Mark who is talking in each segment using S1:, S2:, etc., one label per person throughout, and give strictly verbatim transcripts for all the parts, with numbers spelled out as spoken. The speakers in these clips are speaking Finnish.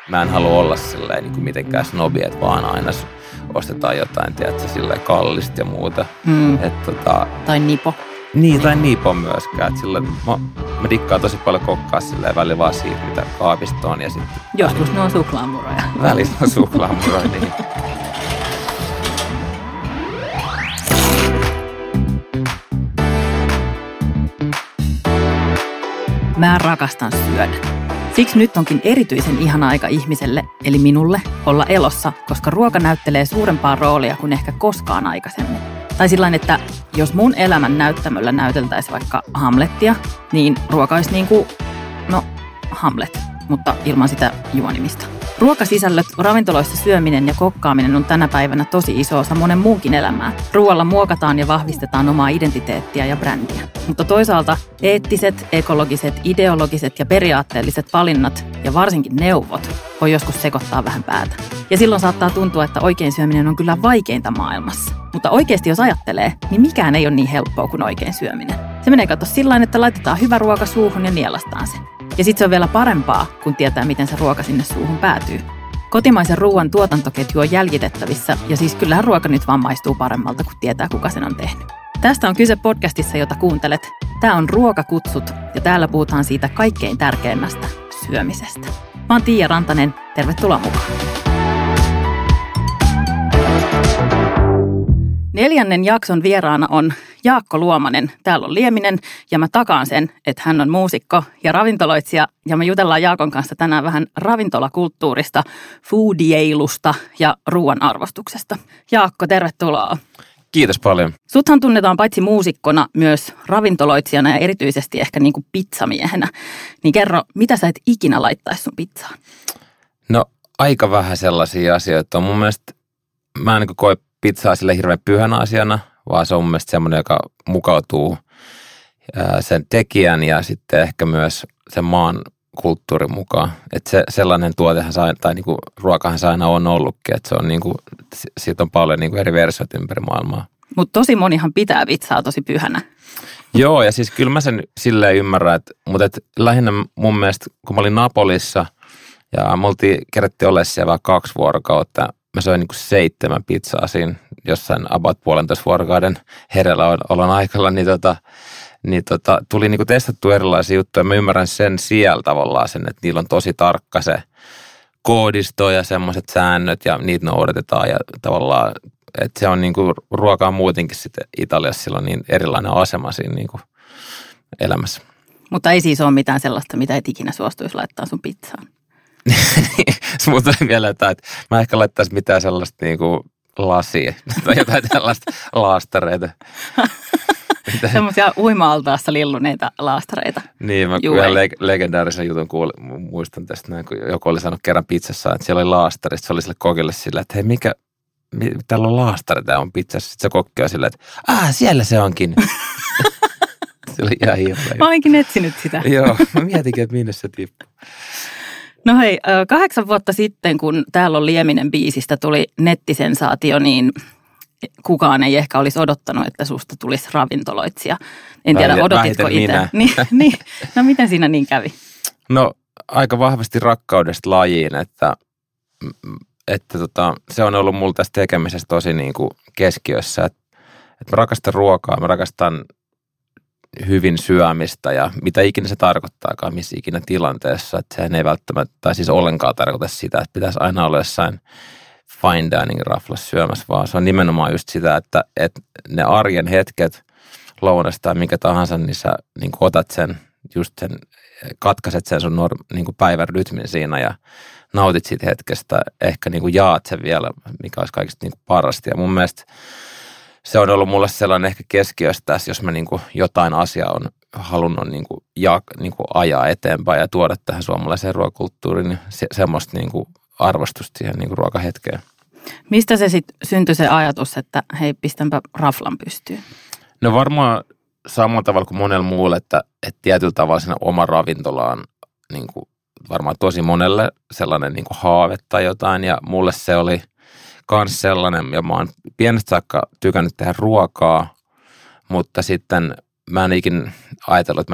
S1: mä en halua olla silleen niin kuin mitenkään snobi, että vaan aina ostetaan jotain, tiedätkö, silleen kallista ja muuta.
S2: Mm.
S1: Et, tota,
S2: tai nipo.
S1: Niin, tai nipo myöskään. Silleen, mä, mä dikkaan tosi paljon kokkaa silleen välillä vaan siitä, mitä kaapista on. Ja sitten
S2: joskus ne on suklaamuroja.
S1: Välillä on suklaamuroja, niin.
S2: Mä rakastan syödä. Siksi nyt onkin erityisen ihana aika ihmiselle, eli minulle, olla elossa, koska ruoka näyttelee suurempaa roolia kuin ehkä koskaan aikaisemmin. Tai sillain, että jos mun elämän näyttämöllä näyteltäisiin vaikka Hamlettia, niin ruoka olisi niin kuin, no, Hamlet, mutta ilman sitä juonimista. Ruokasisällöt, ravintoloissa syöminen ja kokkaaminen on tänä päivänä tosi iso osa monen muunkin elämää. Ruoalla muokataan ja vahvistetaan omaa identiteettiä ja brändiä. Mutta toisaalta eettiset, ekologiset, ideologiset ja periaatteelliset valinnat ja varsinkin neuvot voi joskus sekoittaa vähän päätä. Ja silloin saattaa tuntua, että oikein syöminen on kyllä vaikeinta maailmassa. Mutta oikeasti jos ajattelee, niin mikään ei ole niin helppoa kuin oikein syöminen. Se menee katso sillain, että laitetaan hyvä ruoka suuhun ja nielastaan se. Ja sitten se on vielä parempaa, kun tietää, miten se ruoka sinne suuhun päätyy. Kotimaisen ruoan tuotantoketju on jäljitettävissä, ja siis kyllähän ruoka nyt vaan maistuu paremmalta, kun tietää, kuka sen on tehnyt. Tästä on kyse podcastissa, jota kuuntelet. Tämä on Ruokakutsut, ja täällä puhutaan siitä kaikkein tärkeimmästä, syömisestä. Mä oon Tiia Rantanen, tervetuloa mukaan. Neljännen jakson vieraana on Jaakko Luomanen. Täällä on Lieminen ja mä takaan sen, että hän on muusikko ja ravintoloitsija. Ja me jutellaan Jaakon kanssa tänään vähän ravintolakulttuurista, foodieilusta ja ruoan arvostuksesta. Jaakko, tervetuloa.
S1: Kiitos paljon.
S2: Suthan tunnetaan paitsi muusikkona myös ravintoloitsijana ja erityisesti ehkä niin kuin pizzamiehenä. Niin kerro, mitä sä et ikinä laittaisi sun pizzaan?
S1: No aika vähän sellaisia asioita on. Mun mielestä mä en niin koe pizzaa sille hirveän pyhänä asiana, vaan se on mun mielestä semmoinen, joka mukautuu sen tekijän ja sitten ehkä myös sen maan kulttuurin mukaan. Että se, sellainen tuotehan saa, tai niinku ruokahan se aina on ollutkin, että se on niinku, siitä on paljon niinku eri versiot ympäri maailmaa.
S2: Mutta tosi monihan pitää pizzaa tosi pyhänä.
S1: Joo, ja siis kyllä mä sen silleen ymmärrän, että, mutta et lähinnä mun mielestä, kun mä olin Napolissa ja me oltiin, kerättiin olla siellä kaksi vuorokautta, mä söin niinku seitsemän pizzaa siinä jossain about puolentoista vuorokauden herellä olon aikalla, niin, tota, niin tota, tuli niinku testattu erilaisia juttuja. Mä ymmärrän sen siellä tavallaan sen, että niillä on tosi tarkka se koodisto ja semmoiset säännöt ja niitä noudatetaan ja tavallaan, että se on niinku ruokaa muutenkin sitten Italiassa, sillä on niin erilainen asema siinä niinku elämässä.
S2: Mutta ei siis ole mitään sellaista, mitä et ikinä suostuisi laittaa sun pizzaan.
S1: Mulla tuli vielä jotain, että mä ehkä laittaisin mitään sellaista niinku lasia tai jotain tällaista laastareita.
S2: Semmoisia uima-altaassa lilluneita laastareita.
S1: Niin, mä yhden leg- legendaarisen jutun kuulin, muistan tästä näin, kun joku oli sanonut kerran pizzassa, että siellä oli laastari, se oli sille kokille sillä, että hei, mikä, mi, täällä on laastari, tää on pizzassa. Sitten se kokki on sillä, että aah, siellä se onkin. Se oli ihan hirveä.
S2: Mä olinkin etsinyt sitä.
S1: Joo, mä mietinkin, että minne se tippuu.
S2: No hei, kahdeksan vuotta sitten, kun Täällä on Lieminen biisistä tuli nettisensaatio, niin kukaan ei ehkä olisi odottanut, että susta tulisi ravintoloitsija. En tiedä,
S1: Vähiten,
S2: odotitko itse? Niin, niin, no miten siinä niin kävi?
S1: No aika vahvasti rakkaudesta lajiin, että, että tota, se on ollut mulla tässä tekemisessä tosi niin kuin keskiössä. Että, että mä rakastan ruokaa, mä rakastan hyvin syömistä ja mitä ikinä se tarkoittaakaan, missä ikinä tilanteessa. Että sehän ei välttämättä, tai siis ollenkaan tarkoita sitä, että pitäisi aina olla jossain fine dining raflassa syömässä, vaan se on nimenomaan just sitä, että, että ne arjen hetket lounasta tai mikä tahansa, niin sä niin kuin otat sen, just sen, katkaiset sen sun norm, niin kuin päivän rytmin siinä ja nautit siitä hetkestä, ehkä niin kuin jaat sen vielä, mikä olisi kaikista niin kuin parasta. Ja mun mielestä se on ollut mulle sellainen ehkä keskiössä tässä, jos mä niin kuin jotain asiaa on halunnut niin kuin ja, niin kuin ajaa eteenpäin ja tuoda tähän suomalaiseen ruokakulttuuriin, niin se, semmoista niin kuin arvostusta siihen niin kuin ruokahetkeen.
S2: Mistä se sitten syntyi se ajatus, että hei, pistänpä raflan pystyyn?
S1: No varmaan samalla tavalla kuin monella muulla, että, että tietyllä tavalla siinä oma ravintola on niin kuin varmaan tosi monelle sellainen niin kuin haave tai jotain. Ja mulle se oli myös sellainen, ja mä oon pienestä saakka tykännyt tehdä ruokaa, mutta sitten mä en ikin ajatellut, että mä niin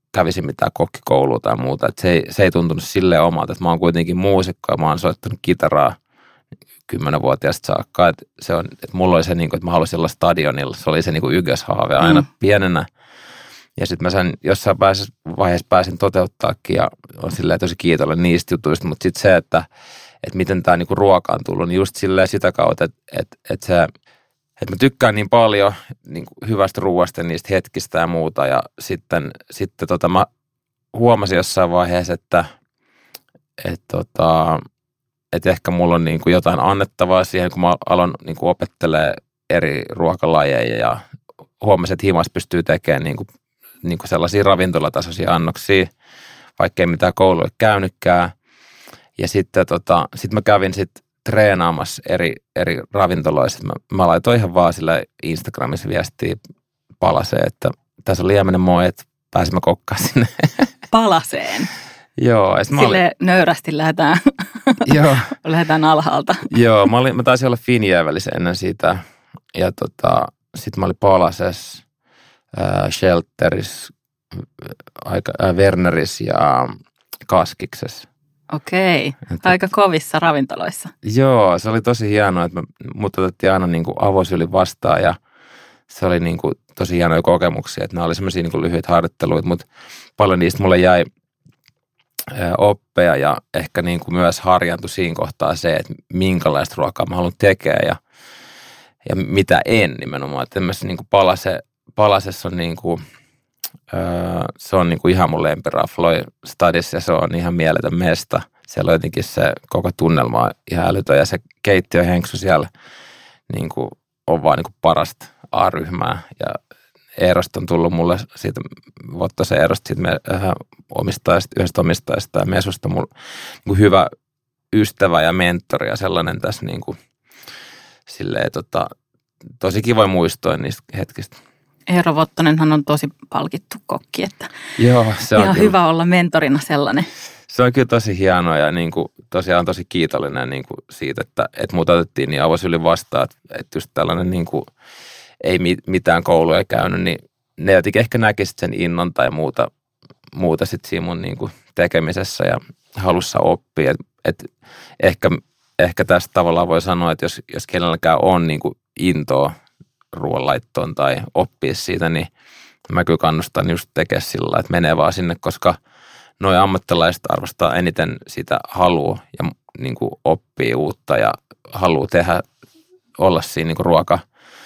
S1: kävisin mitään kokkikoulua tai muuta. Et se, ei, se ei tuntunut silleen omalta, että mä oon kuitenkin muusikko ja mä oon soittanut kitaraa kymmenvuotiaasta saakka. Että se on, että mulla oli se, niin kuin, että mä haluaisin olla stadionilla. Se oli se niin kuin ykköshaave aina mm. pienenä. Ja sitten mä sen jossain vaiheessa pääsin toteuttaakin ja on silleen tosi kiitollinen niistä jutuista. Mutta sitten se, että, että miten tämä niinku ruoka on tullut, niin just silleen sitä kautta, että, että, että, se, että mä tykkään niin paljon niin kuin hyvästä ruoasta ja niistä hetkistä ja muuta. Ja sitten, sitten tota, mä huomasin jossain vaiheessa, että, että, tota, että ehkä mulla on niin kuin jotain annettavaa siihen, kun mä aloin niin kuin opettelemaan eri ruokalajeja ja huomasin, että himas pystyy tekemään niin kuin niin kuin sellaisia ravintolatasoisia annoksia, vaikka ei mitään koulua käynytkään. Ja sitten tota, sit mä kävin sitten treenaamassa eri, eri ravintoloissa. Mä, mä laitoin ihan vaan sillä Instagramissa viestiä Palaseen, että tässä on liieminen moi, että pääsimme kokkaan sinne.
S2: Palaseen?
S1: Joo.
S2: Silleen olin... nöyrästi lähdetään, Joo. lähdetään alhaalta.
S1: Joo, mä, olin, mä taisin olla Finjävälissä ennen sitä. Ja tota, sitten mä olin Palasessa. Äh, Shelteris, äh, Werneris ja Kaskiksessa.
S2: Okei, että, aika kovissa ravintoloissa.
S1: Joo, se oli tosi hienoa, että mut otettiin aina niin kuin avosyli vastaan ja se oli niin kuin tosi hienoja kokemuksia, että nämä oli semmoisia niin kuin lyhyitä harjoitteluita, mutta paljon niistä mulle jäi äh, oppeja ja ehkä niin kuin myös harjantui siinä kohtaa se, että minkälaista ruokaa mä haluan tekemään ja, ja mitä en nimenomaan, että tämmöisessä niin kuin palase Palasessa on niinku, öö, se on niinku ihan mun lempirafloi stadissa ja se on ihan mieletön mesta. Siellä on jotenkin se koko tunnelma on ihan älytön ja se keittiöhenksu siellä niinku on vaan niinku parasta A-ryhmää. Ja Eerosta on tullut mulle siitä, Vottosen Eerosta siitä me, äh, omistajasta, yhdestä omistajasta ja Mesusta mulla niinku hyvä ystävä ja mentori ja sellainen tässä niinku silleen tota, tosi kiva muistoa niistä hetkistä.
S2: Eero Vottonenhan on tosi palkittu kokki, että
S1: Joo, se on
S2: ihan
S1: kyllä
S2: hyvä olla mentorina sellainen.
S1: Se on kyllä tosi hienoa ja niin kuin, tosiaan tosi kiitollinen niin kuin siitä, että, että mut otettiin niin avosyli vastaan, että, että just tällainen niin kuin, ei mitään kouluja käynyt, niin ne jotenkin ehkä näkisit sen innon tai muuta, muuta sitten siinä mun niin kuin tekemisessä ja halussa oppia. Et, et ehkä, ehkä tästä tavallaan voi sanoa, että jos, jos kenelläkään on niin kuin intoa ruoanlaittoon tai oppia siitä, niin mä kyllä kannustan just tekemään sillä, että menee vaan sinne, koska noi ammattilaiset arvostaa eniten sitä halua ja niin kuin oppii uutta ja haluaa tehdä, olla siinä niin kuin ruoka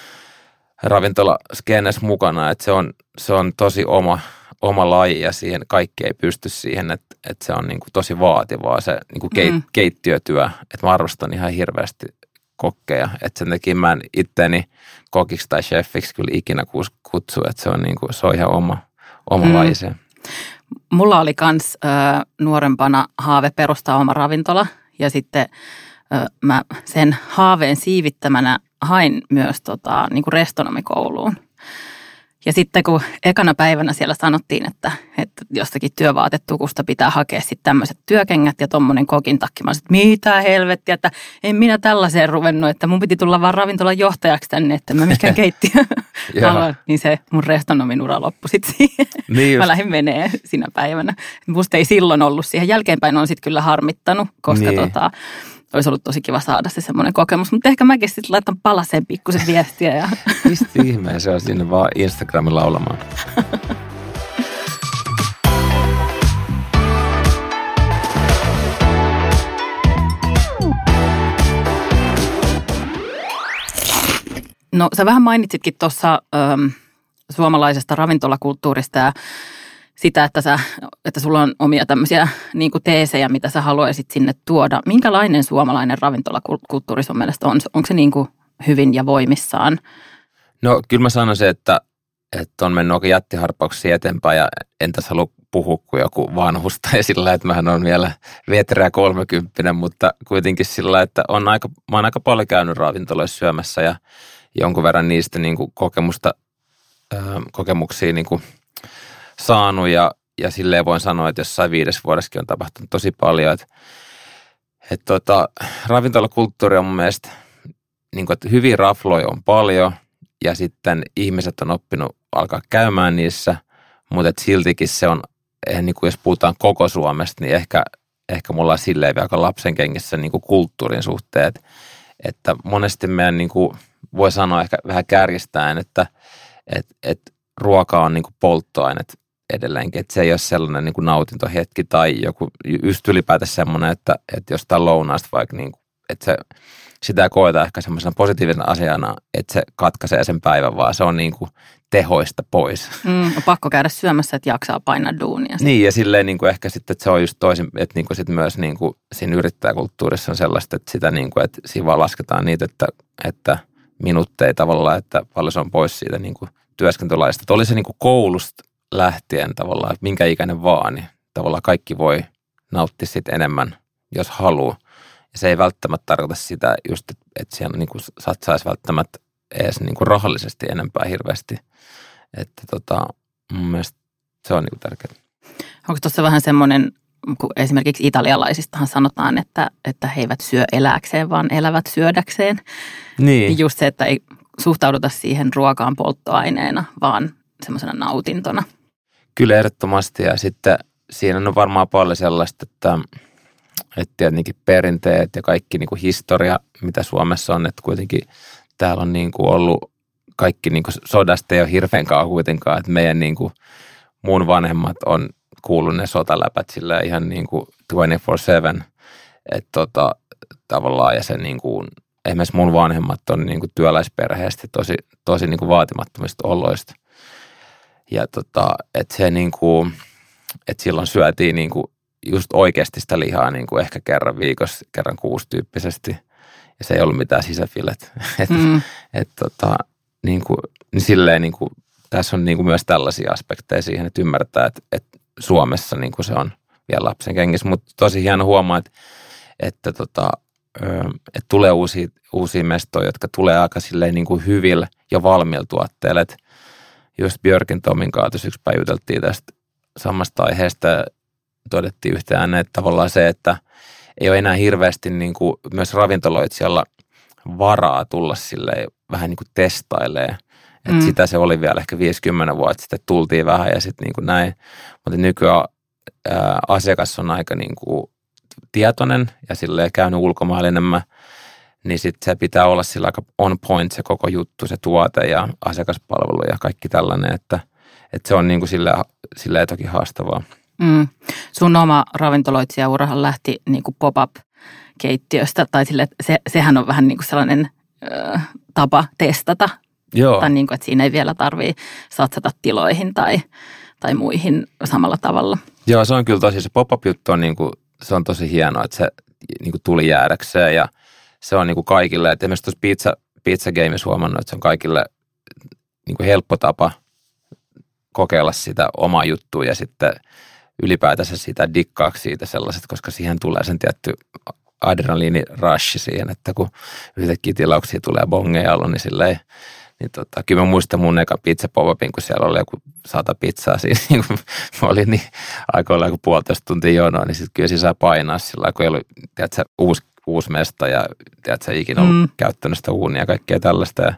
S1: ravintolaskenessä mukana, että se on, se on tosi oma, oma laji ja siihen kaikki ei pysty siihen, että, että se on niin kuin tosi vaativaa se niin kuin keit, mm. keittiötyö, että mä arvostan ihan hirveästi kokkeja, että sen takia mä en itteni kokiksi tai chefiksi kyllä ikinä kutsu, että se on, niin kuin, se on ihan oma, oma mm. laji se.
S2: Mulla oli kans ö, nuorempana haave perustaa oma ravintola ja sitten ö, mä sen haaveen siivittämänä hain myös tota, niin kuin restonomikouluun. Ja sitten kun ekana päivänä siellä sanottiin, että, että jostakin työvaatetukusta pitää hakea sitten tämmöiset työkengät ja tommonen kokin takki. Mä olisin, että mitä helvettiä, että en minä tällaiseen ruvennut, että mun piti tulla vaan ravintolan johtajaksi tänne, että mä mikään keittiö haluan. Niin se mun restonomin ura loppui sitten siihen. Niin mä lähdin menee sinä päivänä. Musta ei silloin ollut siihen. Jälkeenpäin on sitten kyllä harmittanut, koska niin. tota... Olisi ollut tosi kiva saada se semmoinen kokemus, mutta ehkä mäkin sitten laitan Palaseen pikkusen viestiä. Ja...
S1: Mistä ihmeen se on sinne vaan Instagramilla laulamaan?
S2: No sä vähän mainitsitkin tuossa ähm, suomalaisesta ravintolakulttuurista ja sitä, että, sä, että sulla on omia tämmöisiä niin kuin teesejä, mitä sä haluaisit sinne tuoda. Minkälainen suomalainen ravintolakulttuuri sun mielestä on? Onko se niin kuin hyvin ja voimissaan?
S1: No kyllä mä sanoisin, että, että on mennyt oikein jättiharppauksia eteenpäin ja en tässä halua puhua kuin joku vanhusta ja sillä, että mähän on vielä vetreä kolmekymppinen, mutta kuitenkin sillä, että on aika, mä oon aika paljon käynyt ravintoloissa syömässä ja jonkun verran niistä niin kuin kokemusta, äh, kokemuksia niin kuin saanut ja, ja silleen voin sanoa, että jossain viides vuodessakin on tapahtunut tosi paljon. Että, että tota, ravintolakulttuuri on mun mielestä, niin kuin, että hyviä rafloja on paljon ja sitten ihmiset on oppinut alkaa käymään niissä, mutta että siltikin se on eihän niin kuin jos puhutaan koko Suomesta, niin ehkä, ehkä mulla on silleen aika lapsen kengissä niin kuin kulttuurin suhteet, että monesti meidän niin kuin voi sanoa ehkä vähän kärjistäen, että et, et ruoka on niin kuin polttoainet edelleenkin, että se ei ole sellainen niin kuin nautintohetki tai joku just ylipäätänsä semmoinen, että, että jostain lounaasta vaikka, niin kuin, että se, sitä koetaan ehkä semmoisena positiivisena asiana, että se katkaisee sen päivän, vaan se on niin kuin tehoista pois.
S2: Mm, on pakko käydä syömässä, että jaksaa painaa duunia.
S1: Niin, ja silleen niin kuin ehkä sitten, että se on just toisin, että niin kuin sit myös niin kuin siinä yrittäjäkulttuurissa on sellaista, että sitä niin kuin, että siinä vaan lasketaan niitä, että, että minuutteja tavallaan, että paljon se on pois siitä niin kuin työskentelylaista. Että oli se niin kuin koulusta lähtien tavallaan, että minkä ikäinen vaan, niin tavallaan kaikki voi nauttia siitä enemmän, jos haluaa. Ja se ei välttämättä tarkoita sitä just, että, että siellä niin kuin satsaisi välttämättä edes niin kuin rahallisesti enempää hirveästi. Että tota, mun mielestä se on niin kuin tärkeää.
S2: Onko tuossa vähän semmoinen, kun esimerkiksi italialaisistahan sanotaan, että, että he eivät syö elääkseen, vaan elävät syödäkseen.
S1: Niin.
S2: Just se, että ei suhtauduta siihen ruokaan polttoaineena, vaan semmoisena nautintona.
S1: Kyllä ehdottomasti, ja sitten siinä on varmaan paljon sellaista, että, että tietenkin perinteet ja kaikki niin kuin historia, mitä Suomessa on, että kuitenkin täällä on niin kuin ollut kaikki, niin kuin sodasta ei ole hirveän kauan kuitenkaan, että meidän niin kuin mun vanhemmat on kuullut ne sotaläpät sillä ihan niin kuin kaksikymmentäneljä seitsemän, että tota, tavallaan, ja se niin kuin, esimerkiksi mun vanhemmat on niin kuin työläisperheestä tosi, tosi niin kuin vaatimattomista oloista. Ja tota, että se niin kuin, että silloin syötiin niin kuin just oikeasti sitä lihaa niin kuin ehkä kerran viikossa, kerran kuusi tyyppisesti. Ja se ei ollut mitään sisäfilet. että mm. et, tota, niin kuin, niin silleen niin kuin, tässä on niin kuin myös tällaisia aspekteja siihen, että ymmärtää, että, että Suomessa niin kuin se on vielä lapsen kengissä. Mutta tosi hieno huomaa, että, että, tota, että tulee uusia, uusia mestoja, jotka tulee aika silleen niin kuin hyvillä ja valmiilla tuotteilla. Että just Björkin Tomin kanssa yksi päivä juteltiin tästä samasta aiheesta ja todettiin yhtään, että tavallaan se, että ei ole enää hirveästi niin kuin myös ravintoloitsijalla varaa tulla silleen vähän niin kuin testailemaan. Että mm. sitä se oli vielä ehkä viisikymmentä vuotta sitten, tultiin vähän ja sitten niin kuin näin. Mutta nykyään ää, asiakas on aika niin kuin tietoinen ja silleen käynyt ulkomailla enemmän. Niin sitten se pitää olla sillä aika on point se koko juttu, se tuote ja asiakaspalvelu ja kaikki tällainen, että, että se on niin kuin silleen, silleen toki haastavaa.
S2: Mm. Sun oma ravintoloitsijaurahan lähti niin kuin pop-up-keittiöstä, tai sille, se, sehän on vähän niin kuin sellainen ö, tapa testata.
S1: Joo.
S2: Tai niin kuin, että siinä ei vielä tarvitse satsata tiloihin tai, tai muihin samalla tavalla.
S1: Joo, se on kyllä tosi, se pop-up-juttu on, niin kuin, se on tosi hienoa, että se niin kuin tuli jäädäkseen ja se on niin kuin kaikille, että esimerkiksi tuossa pizza, pizza gameissa huomannut, että se on kaikille niin kuin helppo tapa kokeilla sitä omaa juttua ja sitten ylipäätänsä sitä dikkaaksi siitä sellaiset, koska siihen tulee sen tietty adrenaliinirashi siihen, että kun yhtäkkiä tilauksia tulee bongeja ollut, niin silleen, niin tota, kyllä mä muistan mun eka pizza pop-upin, kun siellä oli joku sata pizzaa siinä, niin kun mä olin niin aikoilla joku puolitoista tuntia jonoa, niin sitten kyllä siinä saa painaa sillä kun ei ollut, tiedätkö, uusi, uusi mesta ja tiedätkö, ikinä ollut mm. käyttänyt sitä uunia ja kaikkea tällaista ja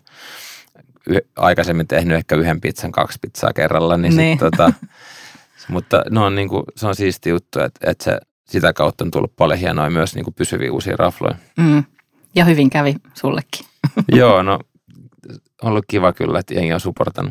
S1: y- aikaisemmin tehnyt ehkä yhden pizzan, kaksi pizzaa kerralla, niin, niin. sitten tota, mutta no, niin kuin, se on siisti juttu, että, että se, sitä kautta on tullut paljon hienoja myös niin kuin pysyviä uusia rafloja.
S2: Mm. Ja hyvin kävi sullekin.
S1: Joo, no on ollut kiva kyllä, että jengi on supportanut.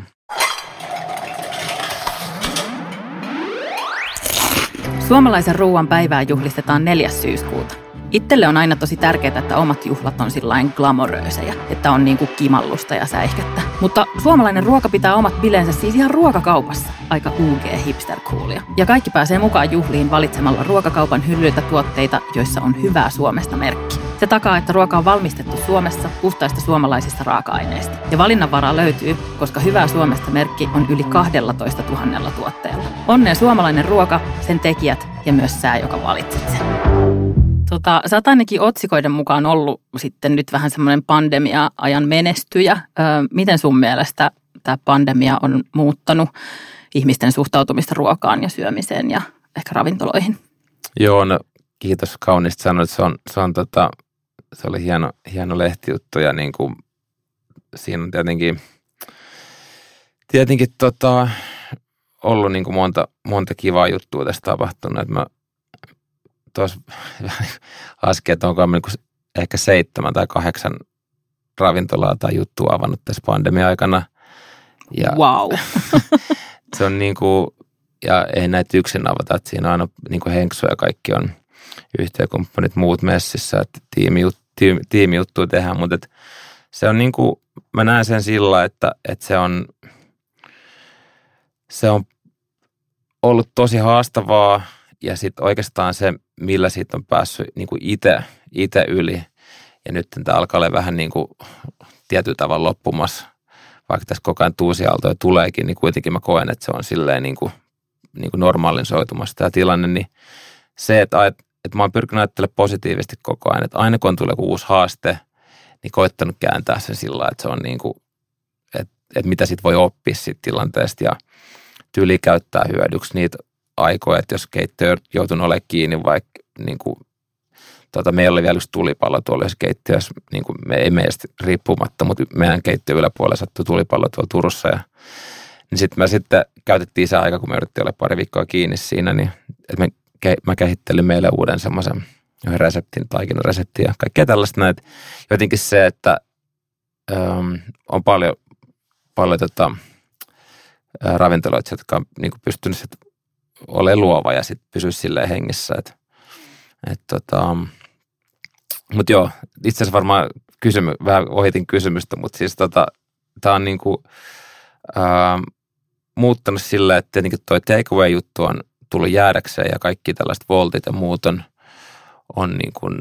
S2: Suomalaisen ruuan päivää juhlistetaan neljäs syyskuuta. Itselle on aina tosi tärkeää, että omat juhlat on sillain glamoröösejä, että on niinku kimallusta ja säihkettä. Mutta suomalainen ruoka pitää omat bileensä siis ihan ruokakaupassa. Aika U G-hipster-coolia. Ja kaikki pääsee mukaan juhliin valitsemalla ruokakaupan hyllyltä tuotteita, joissa on hyvää Suomesta merkki. Se takaa, että ruoka on valmistettu Suomessa puhtaista suomalaisista raaka-aineista. Ja valinnanvaraa löytyy, koska hyvää Suomesta merkki on yli kaksitoista tuhatta tuotteella. Onnea suomalainen ruoka, sen tekijät ja myös sä, joka valitset sen. Tota, sä oot ainakin otsikoiden mukaan ollut sitten nyt vähän semmoinen pandemia-ajan menestyjä. Ö, miten sun mielestä tämä pandemia on muuttanut ihmisten suhtautumista ruokaan ja syömiseen ja ehkä ravintoloihin?
S1: Joo, no kiitos kauniista sanoit. Se, on, se, on, tota, se oli hieno, hieno lehtijuttu ja niin kuin, siinä on tietenkin, tietenkin tota, ollut niin kuin monta, monta kivaa juttua tässä tapahtunut, että mä tuossa laskin, että onko niin kuin ehkä seitsemän tai kahdeksan ravintolaa tai juttua avannut tässä pandemia-aikana. Ja
S2: wow.
S1: se on niin kuin, ja ei näitä yksin avata, että siinä on aina niin kuin Henksu ja kaikki on yhteenkumppanit muut messissä, että tiimijut, tiimi, tiimijuttuja tehdään, mutta että se on niin kuin, mä näen sen sillä, että, että se on, se on ollut tosi haastavaa ja sitten oikeastaan se, millä siitä on päässyt niin kuin itse, itse yli. Ja nyt tämä alkaa olla vähän niin kuin tietyllä tavalla loppumassa, vaikka tässä koko ajan tuusiaaltoja tuleekin, niin kuitenkin mä koen, että se on silleen niin kuin, niin kuin normalisoitumassa tämä tilanne. Niin se, että, että mä oon pyrkinyt ajattelemaan positiivisesti koko ajan, että aina kun tulee uusi haaste, niin koittanut kääntää sen sillä lailla, että se on niin kuin, että, että mitä sit voi oppia siitä tilanteesta ja tyyli käyttää hyödyksi niitä aikoja, että jos keittiö on joutunut olemaan kiinni, vaikka niin kuin, tota, meillä oli vielä yksi tulipallo tuolla jos keittiössä, niin kuin me ei meistä riippumatta, mutta meidän keittiön yläpuolella sattui tulipallo tuolla Turussa ja niin sitten me sitten käytettiin se aika, kun me yritettiin olla pari viikkoa kiinni siinä, niin että me, mä kehittelin meille uuden semmoisen yhden reseptin, taikinan reseptin ja kaikkea tällaista näitä. Jotenkin se, että äm, on paljon, paljon tota, ää, ravintoloita, jotka on niin kuin pystynyt sit olemaan luova ja sitten pysyä silleen hengissä. Et, et, tota, mutta joo, itse asiassa varmaan kysymy, vähän ohitin kysymystä, mutta siis tota, tämä on niin kuin, ää, muuttanut silleen, että tietenkin toi takeaway-juttu on tullut jäädäkseen ja kaikki tällaiset voltit ja muut on on niin kuin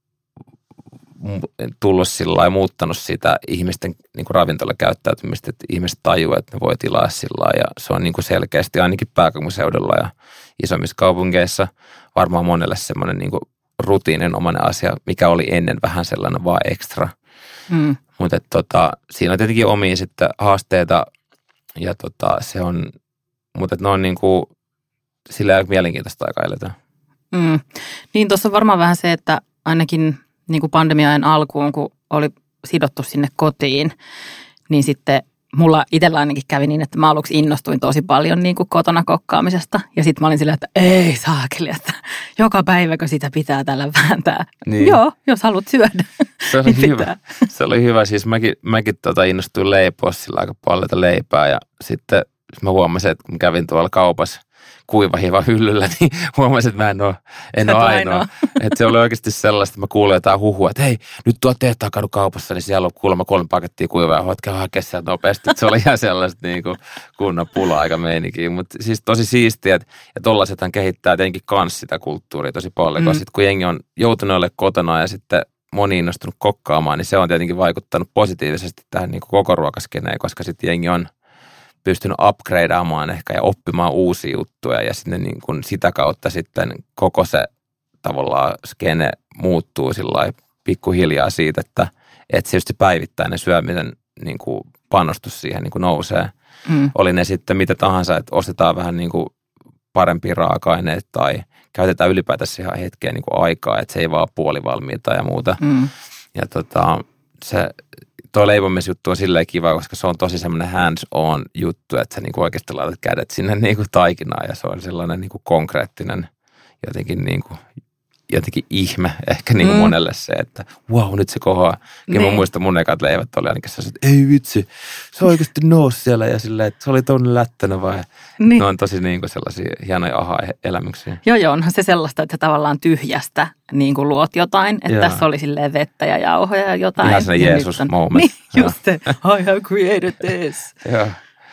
S1: tullut sillä lailla muuttanut sitä ihmisten niin kuin ravintolakäyttäytymistä, että ihmiset tajuaa, että ne voi tilaa sillä lailla ja se on niin kuin selkeästi ainakin pääkaupunkiseudulla ja isommissa kaupungeissa varmaan monelle semmoinen niin kuin rutiininomainen asia, mikä oli ennen vähän sellainen vaan ekstra. Mm. Mutta tota, siinä on tietenkin omia sitten haasteita ja tota, se on, mutta ne on niin kuin sillä aika mielenkiintoista aikaa eletään.
S2: Mm. Niin tuossa on varmaan vähän se, että ainakin niin kuin pandemiajan alkuun, kun oli sidottu sinne kotiin, niin sitten mulla itsellä ainakin kävi niin, että mä aluksi innostuin tosi paljon niin kuin kotona kokkaamisesta. Ja sitten mä olin silleen, että ei saakeli, että joka päiväkö sitä pitää tällä vääntää. Niin. Joo, jos haluat syödä.
S1: Se oli niin hyvä. Se oli hyvä. Siis mäkin, mäkin tota innostuin leipoa sillä aika paljon leipää ja sitten mä huomasin, että kun kävin tuolla kaupassa kuivahiiva hyllyllä, niin huomasin, että mä en ole, en ole ainoa. ainoa. Että se oli oikeasti sellaista, että mä kuulin jotain huhua, että hei, nyt tuo tehtaan kadun kaupassa, niin siellä on kuulemma kolme pakettia kuivaa ja hoitkaa hakea sieltä nopeasti. Että se oli ihan sellaista niin kuin kunnon pula-aika meininkiä. Mutta siis tosi siistiä, että ja tollaisethan kehittää tietenkin kans sitä kulttuuria tosi paljon, mm. koska sitten kun jengi on joutunut olemaan kotona ja sitten moni innostunut kokkaamaan, niin se on tietenkin vaikuttanut positiivisesti tähän niin kuin koko ruokaskeneen, koska sitten jengi on pystynyt upgradeaamaan ehkä ja oppimaan uusia juttuja ja sitten niin kuin sitä kautta sitten koko se tavallaan skene muuttuu sillä pikkuhiljaa siitä, että, että se just se päivittäinen syömisen niin kuin panostus siihen niin kuin nousee. Mm. Oli ne sitten mitä tahansa, että ostetaan vähän niin kuin parempia raaka-aineita tai käytetään ylipäätänsä siihen hetkeen niin kuin aikaa, että se ei vaan puolivalmiita ja muuta. Mm. Ja tota, se tuo leipomisjuttu on silleen kiva, koska se on tosi semmoinen hands-on juttu, että sä niinku oikeasti laitat kädet sinne niinku taikinaan ja se on sellainen niinku konkreettinen jotenkin, niinku, jotenkin ihme ehkä niinku mm. monelle se, että wow, nyt se kohoaa. Ja niin. Mä muistan mun ekat leivät oli ainakin sellaiset, että ei vitsi, se oikeasti nousi siellä ja silleen, että se oli tuonne lättänä vai. Niin. Ne on tosi niinku sellaisia hienoja aha-elämyksiä. Joo, joo, onhan se sellaista, että tavallaan tyhjästä niin kuin luot jotain, että Jaa. tässä oli silleen vettä ja jauhoja ja jotain. Ihan sellainen Jeesus-moment. Niin, just se, I have created this. Joo.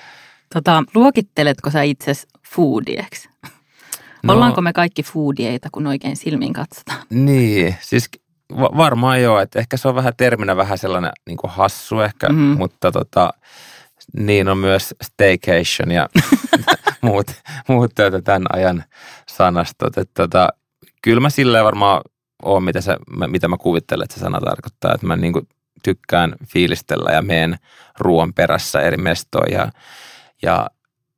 S1: Tota, luokitteletko sä itsesi foodieksi? No, ollaanko me kaikki foodieita, kun oikein silmiin katsotaan? Niin, siis va- varmaan joo, että ehkä se on vähän terminä vähän sellainen niin kuin hassu ehkä, mm-hmm. mutta tota, niin on myös staycation ja muut, muut tämän ajan sanastot. Että tota, kyllä mä silleen varmaan oon, mitä, se, mitä mä kuvittelen, että se sana tarkoittaa, että mä niin kuin tykkään fiilistellä ja meen ruoan perässä eri mestoon ja, ja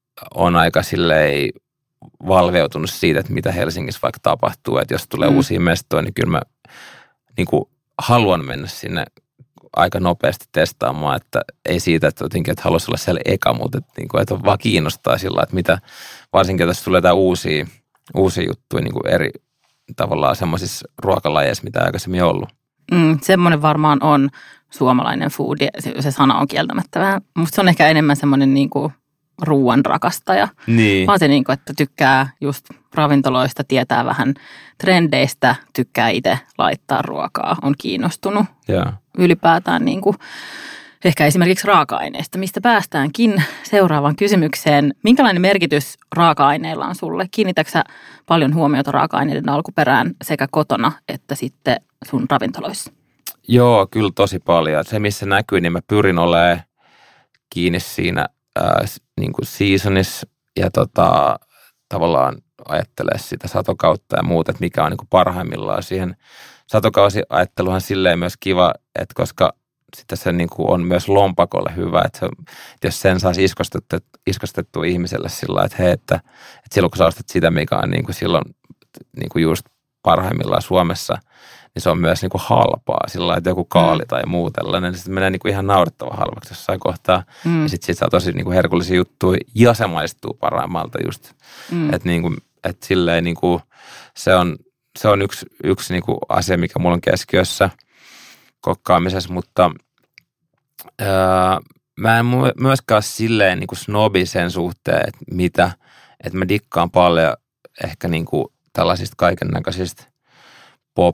S1: on aika silleen valveutunut siitä, että mitä Helsingissä vaikka tapahtuu, että jos tulee mm. uusia mestoja, niin kyllä mä niin kuin haluan mennä sinne aika nopeasti testaamaan, että ei siitä, että jotenkin, että haluaisi olla siellä eka, mutta että, niin kuin, että vaan kiinnostaa sillä, että mitä, varsinkin tässä tulee jotain uusia, uusia juttuja niin kuin eri tavallaan semmoisissa ruokalajeissa, mitä aikaisemmin ollut.
S2: Mm, semmoinen varmaan on suomalainen foodi, se, se sana on kieltämättä vähän. Musta se on ehkä enemmän semmoinen niin kuin ruoan rakastaja.
S1: Niin.
S2: Vaan se, niin kuin, että tykkää just ravintoloista, tietää vähän trendeistä, tykkää itse laittaa ruokaa, on kiinnostunut
S1: Yeah.
S2: ylipäätään niin kuin, ehkä esimerkiksi raaka-aineista, mistä päästäänkin seuraavaan kysymykseen. Minkälainen merkitys raaka-aineilla on sulle? Kiinnitätkö sä paljon huomiota raaka-aineiden alkuperään sekä kotona että sitten sun ravintoloissa?
S1: Joo, kyllä tosi paljon. Se, missä näkyy, niin mä pyrin olemaan kiinni siinä ää, niin kuin seasonissa ja tota, tavallaan ajattelee sitä satokautta ja muuta, että mikä on niin kuin parhaimmillaan siihen. Satokausiajatteluhan silleen myös kiva, että koska sitten se niin kuin on myös lompakolle hyvä, että, se, että jos sen saisi iskostettua, iskostettua ihmiselle sillä lailla, että hei, että, että silloin kun sä ostat sitä, mikä on niin kuin silloin niin kuin just parhaimmillaan Suomessa, niin se on myös niin kuin halpaa sillä lailla, että joku kaali tai muu tällainen, niin sitten menee niin kuin ihan naurettavan halvaksi jossain kohtaa. Mm. Ja sitten sit saa tosi niin kuin herkullisia juttuja ja se maistuu parhaimmalta just. Mm. Että niin kuin, että silleen niin kuin se on, se on yksi, yksi niin kuin asia, mikä mulla on keskiössä kokkaamisessa, mutta öö, mä en myöskään ole silleen niin kuin snobi sen suhteen, että mitä, että mä dikkaan paljon ehkä niin kuin tällaisista kaikennäköisistä pop,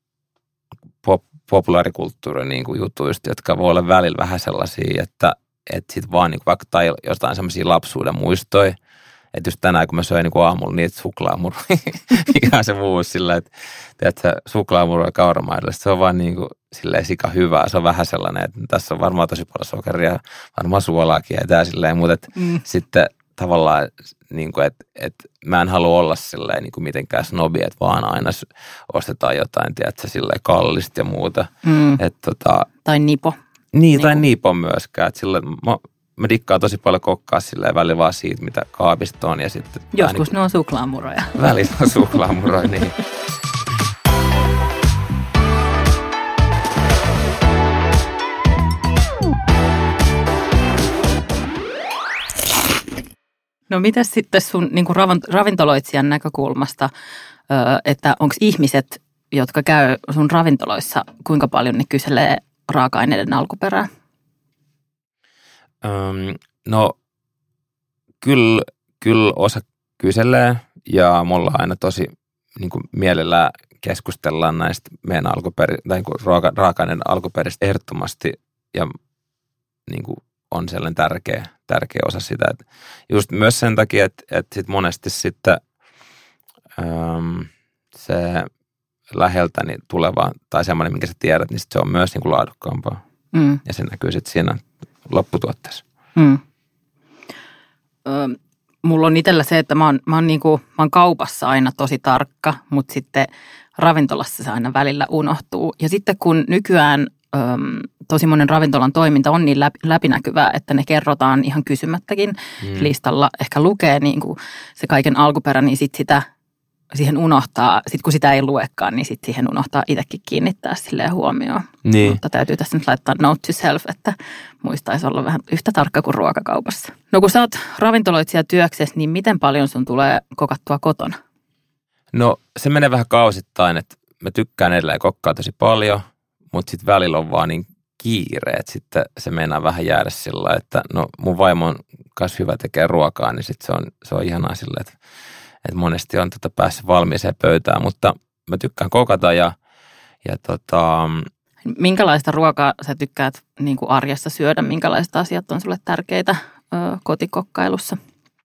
S1: pop, populaarikulttuurin niin kuin jutuista, jotka voi olla välillä vähän sellaisia, että, että sit vaan niin kuin vaikka tai jostain sellaisia lapsuuden muistoja, että just tänään, kun mä söin niin aamulla niitä suklaamuroja, mikä on se muu sillä, että tiedätkö, suklaamuroja kauramaidolla, se on vaan niin kuin silleen sika hyvää. Se on vähän sellainen, että tässä on varmaan tosi paljon sokeria, varmaan suolaakin ja tää silleen, mutta että mm. sitten tavallaan, niin kuin, että, että mä en halua olla silleen niin kuin mitenkään snobi, että vaan aina ostetaan jotain, tiedätkö, silleen kallista ja muuta. Mm. Että, tota,
S2: tai nipo.
S1: Niin, niin tai nipo myöskään. Että silleen, mä, Mä dikkaan tosi paljon kokkaa silleen välillä vaan siitä, mitä kaapista on. Ja sitten
S2: joskus niin, ne on suklaamuroja.
S1: Välillä on suklaamuroja, niin.
S2: No mitäs sitten sun niin kuin ravintoloitsijan näkökulmasta, että onko ihmiset, jotka käy sun ravintoloissa, kuinka paljon ne kyselee raaka-aineiden alkuperää?
S1: Öm, no kyllä, kyllä osa kyselee ja mulla aina tosi niin kuin mielellään keskustellaan näistä meidän alkuperi, tai niin kuin ruoka, raaka-aineiden alkuperistä ehdottomasti ja niin kuin on sellainen tärkeä, tärkeä osa sitä. Että just myös sen takia, että, että sit monesti sitten öm, se läheltä niin tuleva tai semmoinen, minkä sä tiedät, niin sit se on myös niin kuin laadukkaampaa mm. ja se näkyy sitten siinä lopputuotteessa. Hmm.
S2: Öö, mulla on itsellä se, että mä oon, mä, oon niinku, mä oon kaupassa aina tosi tarkka, mutta sitten ravintolassa se aina välillä unohtuu. Ja sitten kun nykyään öö, tosi monen ravintolan toiminta on niin läpinäkyvää, että ne kerrotaan ihan kysymättäkin hmm. listalla, ehkä lukee niinku se kaiken alkuperä, niin sitten sitä siihen unohtaa, sitten kun sitä ei luekaan, niin sitten siihen unohtaa itsekin kiinnittää silleen huomioon. Niin. Mutta täytyy tässä nyt laittaa note to self, että muistaisi olla vähän yhtä tarkka kuin ruokakaupassa. No kun sä oot ravintoloitsija työksessä, niin miten paljon sun tulee kokattua kotona?
S1: No se menee vähän kausittain, että mä tykkään edelleen kokkaa tosi paljon, mutta sitten välillä on vaan niin kiire, että sitten se meinaa vähän jäädä sillä, että no mun vaimo on kanssa hyvä tekee ruokaa, niin sitten se on, se on ihanaa sillä, että että monesti on tota päässyt valmiiseen pöytään, mutta mä tykkään kokata ja, ja tota...
S2: Minkälaista ruokaa sä tykkäät niin kuin arjessa syödä? Minkälaiset asiat on sulle tärkeitä ö, kotikokkailussa?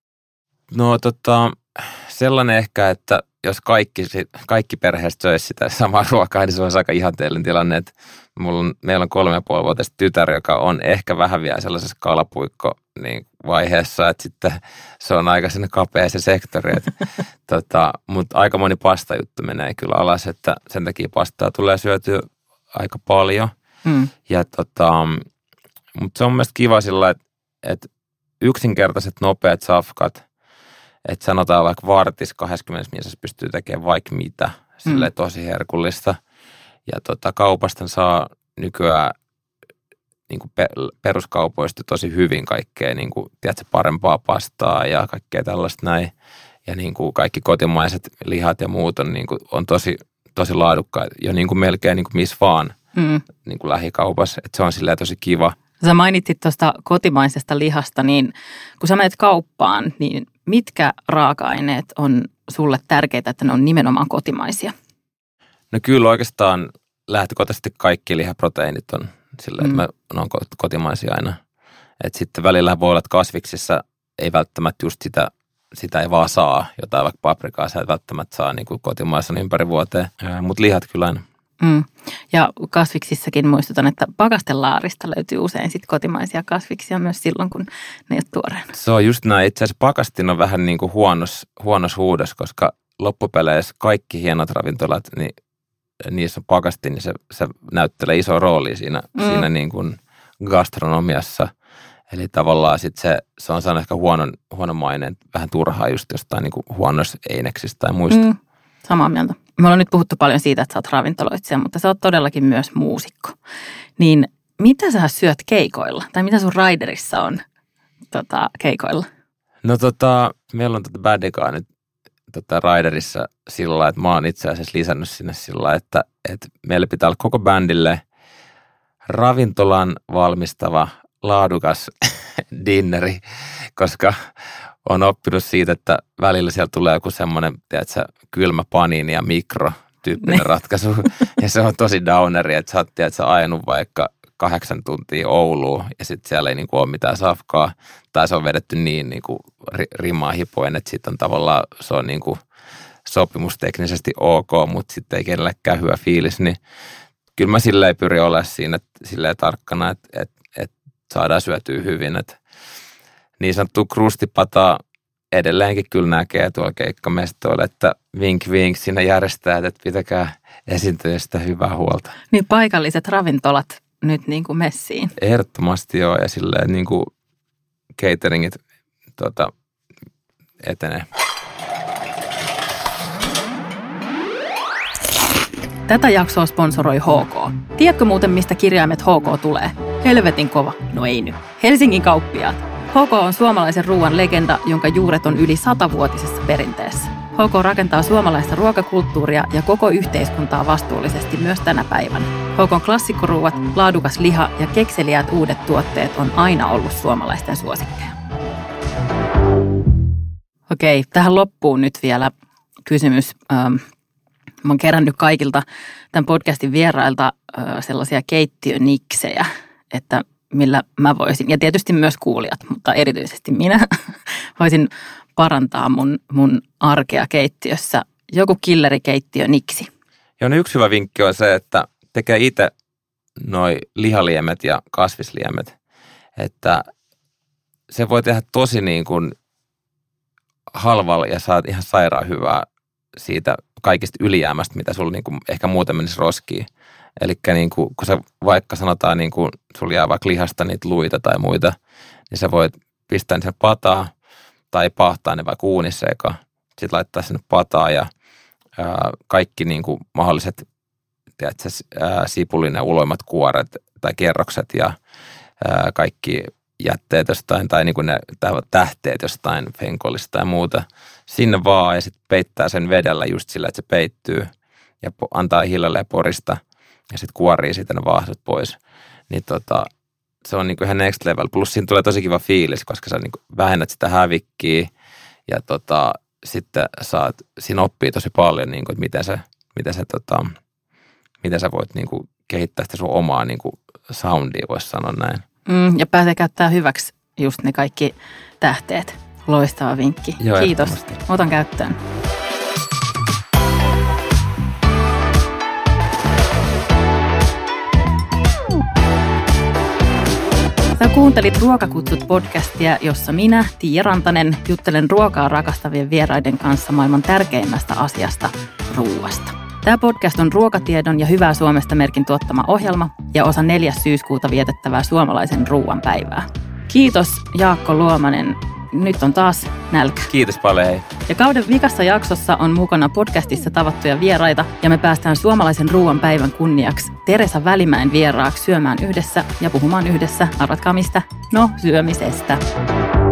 S1: No tota, sellainen ehkä, että jos kaikki, kaikki perheestä söisi sitä samaa ruokaa, niin se olisi aika ihanteellinen tilanne, että mulla on, meillä on kolme ja puoli vuotias tytär, joka on ehkä vähän vielä sellaisessa kalapuikko niin vaiheessa, että sitten se on aika sinne kapea se sektori, että, tota, mutta aika moni pastajuttu menee kyllä alas, että sen takia pastaa tulee syötyä aika paljon. Mm. Ja tota, mutta se on mielestäni kiva sillä, että, että yksinkertaiset nopeat safkat, että sanotaan vaikka vartis kaksikymmentä minuutissa pystyy tekemään vaikka mitä, silleen mm. tosi herkullista. Ja tota, kaupasta saa nykyään niin kuin peruskaupoista tosi hyvin kaikkea, niin kuin, tiedätkö, parempaa pastaa ja kaikkea tällaista näin. Ja niin kuin kaikki kotimaiset lihat ja muut on, niin kuin, on tosi, tosi laadukkaita jo niin kuin melkein niin kuin missä vaan mm. niin kuin lähikaupassa. Että se on silleen tosi kiva.
S2: Sä mainitsit tuosta kotimaisesta lihasta, niin kun sä menet kauppaan, niin mitkä raaka-aineet on sulle tärkeitä, että ne on nimenomaan kotimaisia?
S1: No kyllä oikeastaan lähtökohtaisesti kaikki lihaproteiinit on sillä, mm. että ne on kotimaisia aina. Että sitten välillä voi olla, että kasviksissa ei välttämättä just sitä, sitä ei vaan saa, jotain vaikka paprikaa sä et välttämättä saa niin kuin kotimaisen ympäri vuoteen, mutta lihat kyllä aina.
S2: Mm. Ja kasviksissakin muistutan, että pakastelaarista löytyy usein sit kotimaisia kasviksia myös silloin, kun ne ei ole tuoreena.
S1: Se on just näin. Itse asiassa pakastin on vähän niin kuin huonos, huonos huudos, koska loppupeleissä kaikki hienot ravintolat, niin niissä on pakastin, niin se, se näyttelee iso rooli siinä, mm. siinä niin kuin gastronomiassa. Eli tavallaan sit se, se on saanut ehkä huonon, huonon maineen, vähän turhaa just jostain niin kuin huonoista eineksistä tai muista. Mm.
S2: Samaa mieltä. Me ollaan nyt puhuttu paljon siitä, että sä oot ravintoloitsija, mutta sä oot todellakin myös muusikko. Niin mitä sä syöt keikoilla? Tai mitä sun riderissa on tota, keikoilla?
S1: No tota, meillä on tota Badigaa nyt tota riderissa sillä lailla, että mä oon itse asiassa lisännyt sinne sillä lailla, että, että meillä pitää olla koko bändille ravintolan valmistava laadukas dinneri, koska on oppinut siitä, että välillä siellä tulee joku semmoinen, tiedätkö, kylmä paniini ja mikro tyyppinen ratkaisu. Ja se on tosi downeri, että sä oot, tiedätkö, ajanut vaikka kahdeksan tuntia Ouluun ja sitten siellä ei niin kuin ole mitään safkaa. Tai se on vedetty niin, niin kuin rimaa hipoen, että sitten on tavallaan, se on niin kuin sopimusteknisesti ok, mutta sitten ei kenellekään hyvä fiilis. Niin kyllä mä silleen pyrin olemaan siinä silleen tarkkana, että, että, että saadaan syötyä hyvin. Että niin sanottu krustipata edelleenkin kyllä näkee tuolla keikkamestoilla, että vink vink siinä järjestää, että pitäkää esiintyjistä hyvää huolta.
S2: Niin paikalliset ravintolat nyt niin kuin messiin.
S1: Ehdottomasti joo, ja silleen niin kuin cateringit tota, etenee.
S2: Tätä jaksoa sponsoroi H K. Tiedätkö muuten, mistä kirjaimet H K tulee? Helvetin kova. No ei nyt. Helsingin kauppiaat. H K on suomalaisen ruoan legenda, jonka juuret on yli satavuotisessa perinteessä. H K rakentaa suomalaista ruokakulttuuria ja koko yhteiskuntaa vastuullisesti myös tänä päivänä. H K:n klassikkoruuat, laadukas liha ja kekseliäät uudet tuotteet on aina ollut suomalaisten suosikkeja. Okei, tähän loppuun nyt vielä kysymys. Ähm, mä oon kerännyt kaikilta tämän podcastin vierailta äh, sellaisia keittiöniksejä, että millä mä voisin, ja tietysti myös kuulijat, mutta erityisesti minä voisin parantaa mun, mun arkea keittiössä. Joku killerikeittiöniksi.
S1: Joo, no yksi hyvä vinkki on se, että tekee itse noi lihaliemet ja kasvisliemet. Että se voi tehdä tosi niin kuin halvalla ja saat ihan sairaan hyvää siitä kaikista ylijäämästä, mitä sulla niin kuin ehkä muuten menisi roskiin. Eli niin kuin, kun sä vaikka sanotaan, niin kuin sulla jää vaikka lihasta niitä luita tai muita, niin sä voit pistää sen pataa tai pahtaa ne vaikka uunissa eka. Sitten laittaa sinne pataa ja ää, kaikki niin kuin mahdolliset tiedätkö, ää, sipulin ja uloimmat kuoret tai kerrokset ja ää, kaikki jätteet jostain tai niin kuin ne tähteet jostain fenkolista tai muuta sinne vaan ja sitten peittää sen vedellä just sillä, että se peittyy ja antaa hiljalleen porista. Ja sitten kuorii siitä ne vaahdot pois. Niin tota, se on niinku ihan next level. Plus siinä tulee tosi kiva fiilis, koska sä niinku vähennät sitä hävikkiä. Ja tota, sitten saat, siinä oppii tosi paljon, niinku, että miten sä, miten sä, tota, miten sä voit niinku kehittää sitä sun omaa niinku soundia, voisi sanoa näin.
S2: Mm, ja pääsee käyttämään hyväksi just ne kaikki tähteet. Loistava vinkki.
S1: Joo,
S2: kiitos. Otan käyttöön. Sä kuuntelit Ruokakutsut-podcastia, jossa minä, Tiia Rantanen, juttelen ruokaa rakastavien vieraiden kanssa maailman tärkeimmästä asiasta, ruuasta. Tämä podcast on ruokatiedon ja Hyvää Suomesta -merkin tuottama ohjelma ja osa neljäs syyskuuta vietettävää suomalaisen ruuan päivää. Kiitos Jaakko Luomanen nyt on taas nälkä.
S1: Kiitos paljon, hei.
S2: Ja kauden vikassa jaksossa on mukana podcastissa tavattuja vieraita ja me päästään suomalaisen ruoan päivän kunniaksi Teresa Välimäen vieraaksi syömään yhdessä ja puhumaan yhdessä, arvatkaa mistä? No, syömisestä.